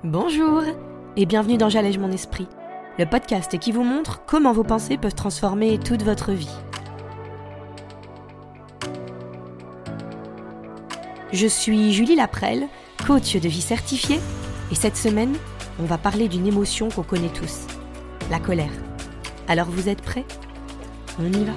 Bonjour et bienvenue dans J'allège mon esprit, le podcast qui vous montre comment vos pensées peuvent transformer toute votre vie. Je suis Julie Laprelle, coach de vie certifiée, et cette semaine, on va parler d'une émotion qu'on connaît tous, la colère. Alors vous êtes prêts ? On y va.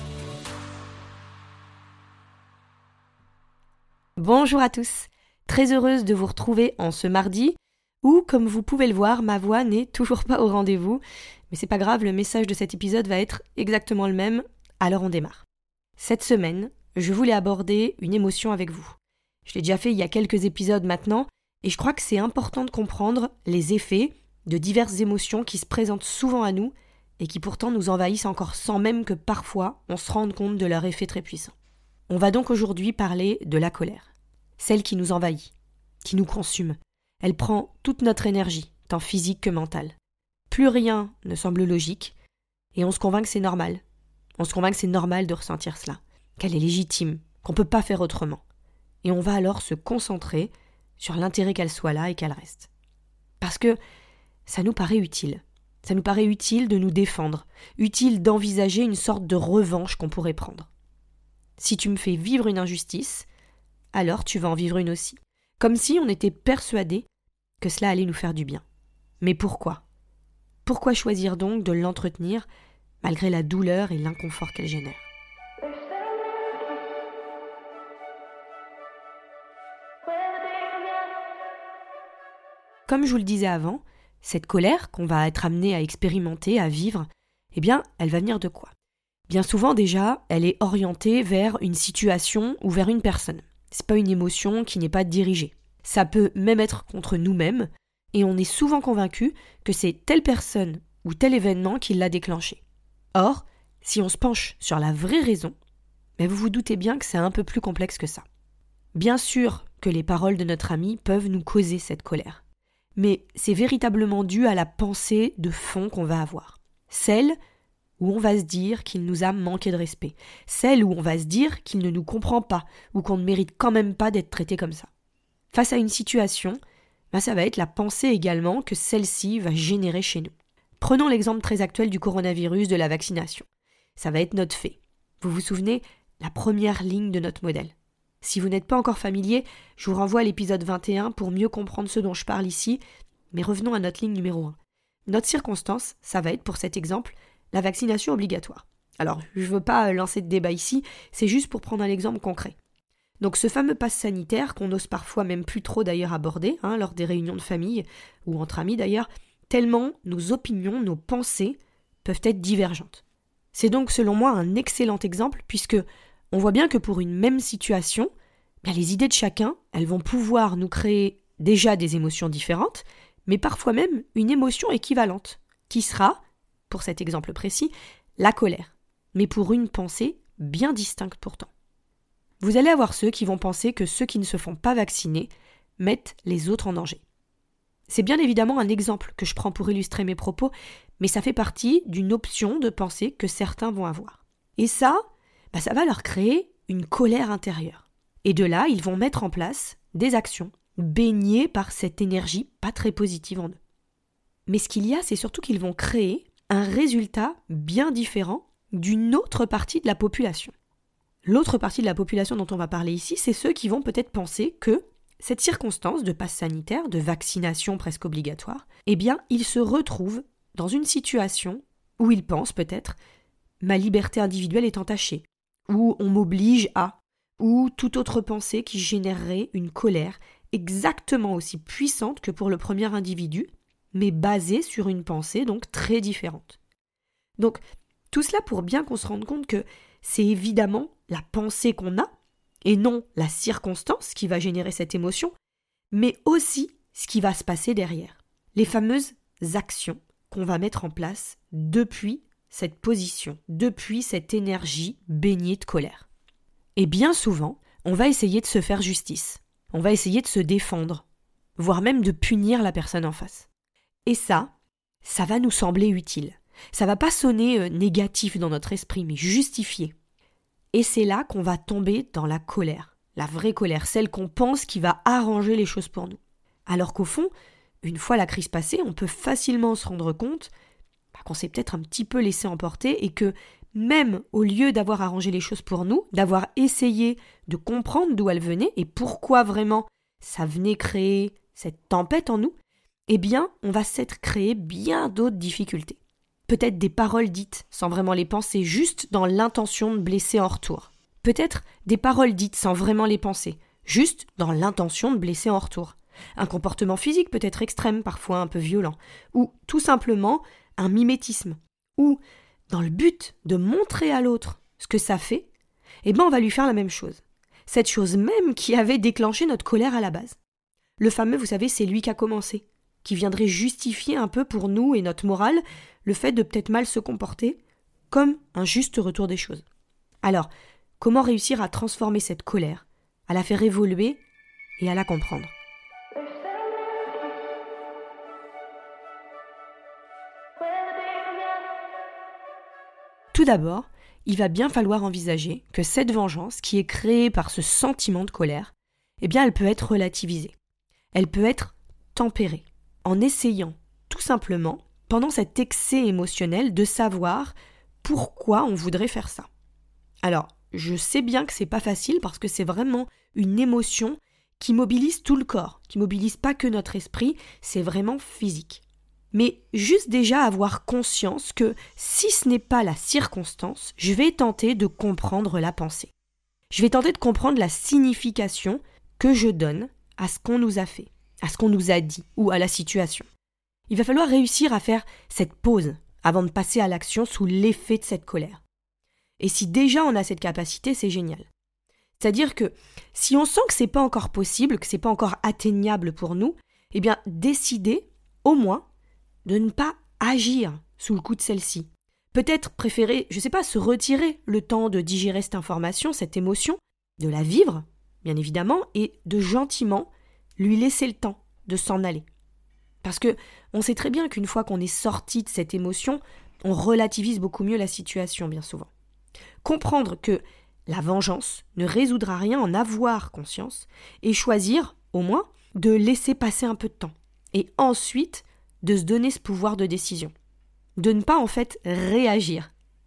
Bonjour à tous, très heureuse de vous retrouver en ce mardi, où, comme vous pouvez le voir, ma voix n'est toujours pas au rendez-vous, mais c'est pas grave, le message de cet épisode va être exactement le même, alors on démarre. Cette semaine, je voulais aborder une émotion avec vous. Je l'ai déjà fait il y a quelques épisodes maintenant, et je crois que c'est important de comprendre les effets de diverses émotions qui se présentent souvent à nous et qui pourtant nous envahissent encore sans même que parfois on se rende compte de leur effet très puissant. On va donc aujourd'hui parler de la colère, celle qui nous envahit, qui nous consume. Elle prend toute notre énergie, tant physique que mentale. Plus rien ne semble logique, et on se convainc que c'est normal. On se convainc que c'est normal de ressentir cela, qu'elle est légitime, qu'on ne peut pas faire autrement. Et on va alors se concentrer sur l'intérêt qu'elle soit là et qu'elle reste. Parce que ça nous paraît utile. Ça nous paraît utile de nous défendre, utile d'envisager une sorte de revanche qu'on pourrait prendre. Si tu me fais vivre une injustice, alors tu vas en vivre une aussi. Comme si on était persuadé que cela allait nous faire du bien. Mais pourquoi ? Pourquoi choisir donc de l'entretenir malgré la douleur et l'inconfort qu'elle génère ? Comme je vous le disais avant, cette colère qu'on va être amené à expérimenter, à vivre, eh bien, elle va venir de quoi ? Bien souvent déjà, elle est orientée vers une situation ou vers une personne. C'est pas une émotion qui n'est pas dirigée. Ça peut même être contre nous-mêmes, et on est souvent convaincu que c'est telle personne ou tel événement qui l'a déclenché. Or, si on se penche sur la vraie raison, vous vous doutez bien que c'est un peu plus complexe que ça. Bien sûr que les paroles de notre ami peuvent nous causer cette colère, mais c'est véritablement dû à la pensée de fond qu'on va avoir. Celle où on va se dire qu'il nous a manqué de respect, celle où on va se dire qu'il ne nous comprend pas ou qu'on ne mérite quand même pas d'être traité comme ça. Face à une situation, ça va être la pensée également que celle-ci va générer chez nous. Prenons l'exemple très actuel du coronavirus, de la vaccination. Ça va être notre fait. Vous vous souvenez, la première ligne de notre modèle. Si vous n'êtes pas encore familier, je vous renvoie à l'épisode 21 pour mieux comprendre ce dont je parle ici, mais revenons à notre ligne numéro 1. Notre circonstance, ça va être pour cet exemple, la vaccination obligatoire. Alors, je ne veux pas lancer de débat ici, c'est juste pour prendre un exemple concret. Donc ce fameux pass sanitaire qu'on n'ose parfois même plus trop d'ailleurs aborder, lors des réunions de famille, ou entre amis d'ailleurs, tellement nos opinions, nos pensées peuvent être divergentes. C'est donc selon moi un excellent exemple puisque on voit bien que pour une même situation, les idées de chacun, elles vont pouvoir nous créer déjà des émotions différentes, mais parfois même une émotion équivalente, qui sera, pour cet exemple précis, la colère, mais pour une pensée bien distincte pourtant. Vous allez avoir ceux qui vont penser que ceux qui ne se font pas vacciner mettent les autres en danger. C'est bien évidemment un exemple que je prends pour illustrer mes propos, mais ça fait partie d'une option de pensée que certains vont avoir. Et ça va leur créer une colère intérieure. Et de là, ils vont mettre en place des actions baignées par cette énergie pas très positive en eux. Mais ce qu'il y a, c'est surtout qu'ils vont créer un résultat bien différent d'une autre partie de la population. L'autre partie de la population dont on va parler ici, c'est ceux qui vont peut-être penser que cette circonstance de passe sanitaire, de vaccination presque obligatoire, ils se retrouvent dans une situation où ils pensent peut-être « ma liberté individuelle est entachée » ou « on m'oblige à » ou toute autre pensée qui générerait une colère exactement aussi puissante que pour le premier individu, mais basée sur une pensée donc très différente. Donc, tout cela pour bien qu'on se rende compte que c'est évidemment la pensée qu'on a, et non la circonstance qui va générer cette émotion, mais aussi ce qui va se passer derrière. Les fameuses actions qu'on va mettre en place depuis cette position, depuis cette énergie baignée de colère. Et bien souvent, on va essayer de se faire justice, on va essayer de se défendre, voire même de punir la personne en face. Et ça va nous sembler utile. Ça va pas sonner négatif dans notre esprit, mais justifié. Et c'est là qu'on va tomber dans la colère, la vraie colère, celle qu'on pense qui va arranger les choses pour nous. Alors qu'au fond, une fois la crise passée, on peut facilement se rendre compte qu'on s'est peut-être un petit peu laissé emporter et que même au lieu d'avoir arrangé les choses pour nous, d'avoir essayé de comprendre d'où elles venaient et pourquoi vraiment ça venait créer cette tempête en nous, eh bien, on va s'être créé bien d'autres difficultés. Peut-être des paroles dites sans vraiment les penser, juste dans l'intention de blesser en retour. Peut-être des paroles dites sans vraiment les penser, juste dans l'intention de blesser en retour. Un comportement physique peut-être extrême, parfois un peu violent, ou tout simplement un mimétisme, ou dans le but de montrer à l'autre ce que ça fait, eh ben on va lui faire la même chose. Cette chose même qui avait déclenché notre colère à la base. Le fameux, vous savez, c'est lui qui a commencé, qui viendrait justifier un peu pour nous et notre morale le fait de peut-être mal se comporter comme un juste retour des choses. Alors, comment réussir à transformer cette colère, à la faire évoluer et à la comprendre ? Tout d'abord, il va bien falloir envisager que cette vengeance qui est créée par ce sentiment de colère, eh bien elle peut être relativisée. Elle peut être tempérée, en essayant tout simplement, pendant cet excès émotionnel, de savoir pourquoi on voudrait faire ça. Alors, je sais bien que c'est pas facile parce que c'est vraiment une émotion qui mobilise tout le corps, qui mobilise pas que notre esprit, c'est vraiment physique. Mais juste déjà avoir conscience que si ce n'est pas la circonstance, je vais tenter de comprendre la pensée. Je vais tenter de comprendre la signification que je donne à ce qu'on nous a fait, à ce qu'on nous a dit ou à la situation. Il va falloir réussir à faire cette pause avant de passer à l'action sous l'effet de cette colère. Et si déjà on a cette capacité, c'est génial. C'est-à-dire que si on sent que c'est pas encore possible, que c'est pas encore atteignable pour nous, eh bien décider au moins de ne pas agir sous le coup de celle-ci. Peut-être préférer, je sais pas, se retirer le temps de digérer cette information, cette émotion, de la vivre, bien évidemment, et de gentiment lui laisser le temps de s'en aller. Parce que on sait très bien qu'une fois qu'on est sorti de cette émotion, on relativise beaucoup mieux la situation, bien souvent. Comprendre que la vengeance ne résoudra rien, en avoir conscience, et choisir, au moins, de laisser passer un peu de temps. Et ensuite, de se donner ce pouvoir de décision. De ne pas, en fait, réagir.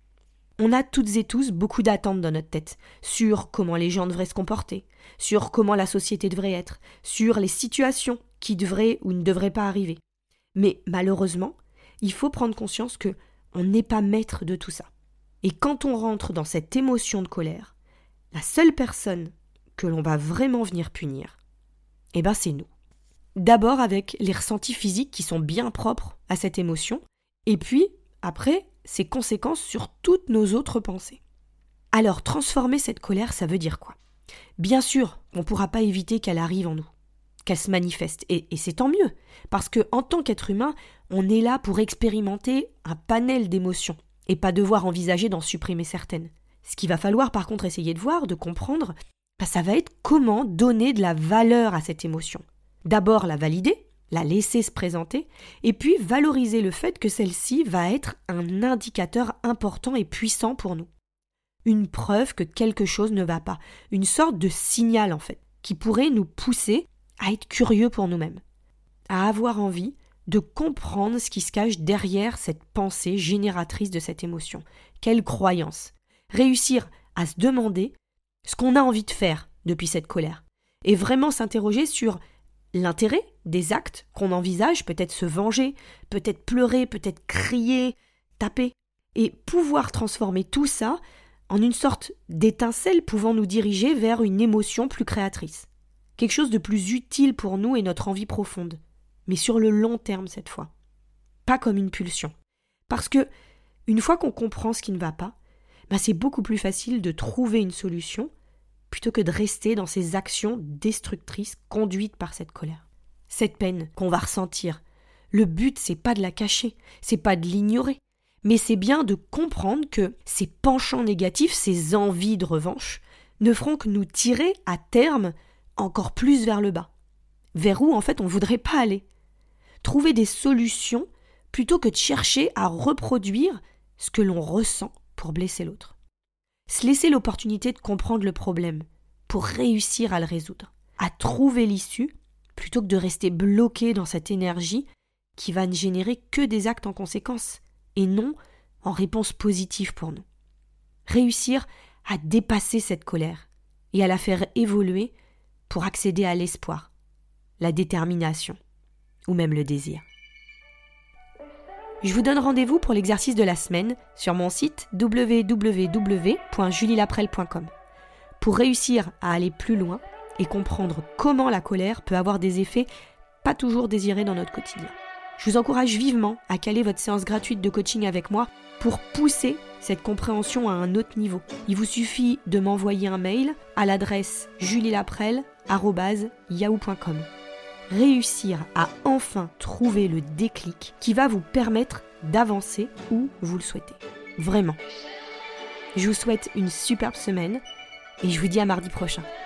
On a toutes et tous beaucoup d'attentes dans notre tête sur comment les gens devraient se comporter, sur comment la société devrait être, sur les situations qui devraient ou ne devraient pas arriver. Mais malheureusement, il faut prendre conscience que on n'est pas maître de tout ça. Et quand on rentre dans cette émotion de colère, la seule personne que l'on va vraiment venir punir, eh ben c'est nous. D'abord avec les ressentis physiques qui sont bien propres à cette émotion, et puis, après, ses conséquences sur toutes nos autres pensées. Alors, transformer cette colère, ça veut dire quoi ? Bien sûr, on ne pourra pas éviter qu'elle arrive en nous, qu'elle se manifeste, et c'est tant mieux, parce qu'en tant qu'être humain, on est là pour expérimenter un panel d'émotions, et pas devoir envisager d'en supprimer certaines. Ce qu'il va falloir par contre essayer de voir, de comprendre, ça va être comment donner de la valeur à cette émotion. D'abord la valider, la laisser se présenter, et puis valoriser le fait que celle-ci va être un indicateur important et puissant pour nous. Une preuve que quelque chose ne va pas, une sorte de signal en fait, qui pourrait nous pousser à être curieux pour nous-mêmes, à avoir envie de comprendre ce qui se cache derrière cette pensée génératrice de cette émotion. Quelle croyance ? Réussir à se demander ce qu'on a envie de faire depuis cette colère, et vraiment s'interroger sur l'intérêt des actes qu'on envisage, peut-être se venger, peut-être pleurer, peut-être crier, taper, et pouvoir transformer tout ça en une sorte d'étincelle pouvant nous diriger vers une émotion plus créatrice. Quelque chose de plus utile pour nous et notre envie profonde, mais sur le long terme cette fois. Pas comme une pulsion. Parce que, une fois qu'on comprend ce qui ne va pas, c'est beaucoup plus facile de trouver une solution plutôt que de rester dans ces actions destructrices conduites par cette colère. Cette peine qu'on va ressentir, le but c'est pas de la cacher, c'est pas de l'ignorer, mais c'est bien de comprendre que ces penchants négatifs, ces envies de revanche, ne feront que nous tirer à terme encore plus vers le bas, vers où en fait on voudrait pas aller. Trouver des solutions plutôt que de chercher à reproduire ce que l'on ressent pour blesser l'autre. Se laisser l'opportunité de comprendre le problème pour réussir à le résoudre, à trouver l'issue plutôt que de rester bloqué dans cette énergie qui va ne générer que des actes en conséquence, et non en réponse positive pour nous. Réussir à dépasser cette colère et à la faire évoluer pour accéder à l'espoir, la détermination ou même le désir. Je vous donne rendez-vous pour l'exercice de la semaine sur mon site www.julielaprelle.com pour réussir à aller plus loin et comprendre comment la colère peut avoir des effets pas toujours désirés dans notre quotidien. Je vous encourage vivement à caler votre séance gratuite de coaching avec moi pour pousser cette compréhension à un autre niveau. Il vous suffit de m'envoyer un mail à l'adresse julielaprelle@yahoo.com. Réussir à enfin trouver le déclic qui va vous permettre d'avancer où vous le souhaitez. Vraiment. Je vous souhaite une superbe semaine et je vous dis à mardi prochain.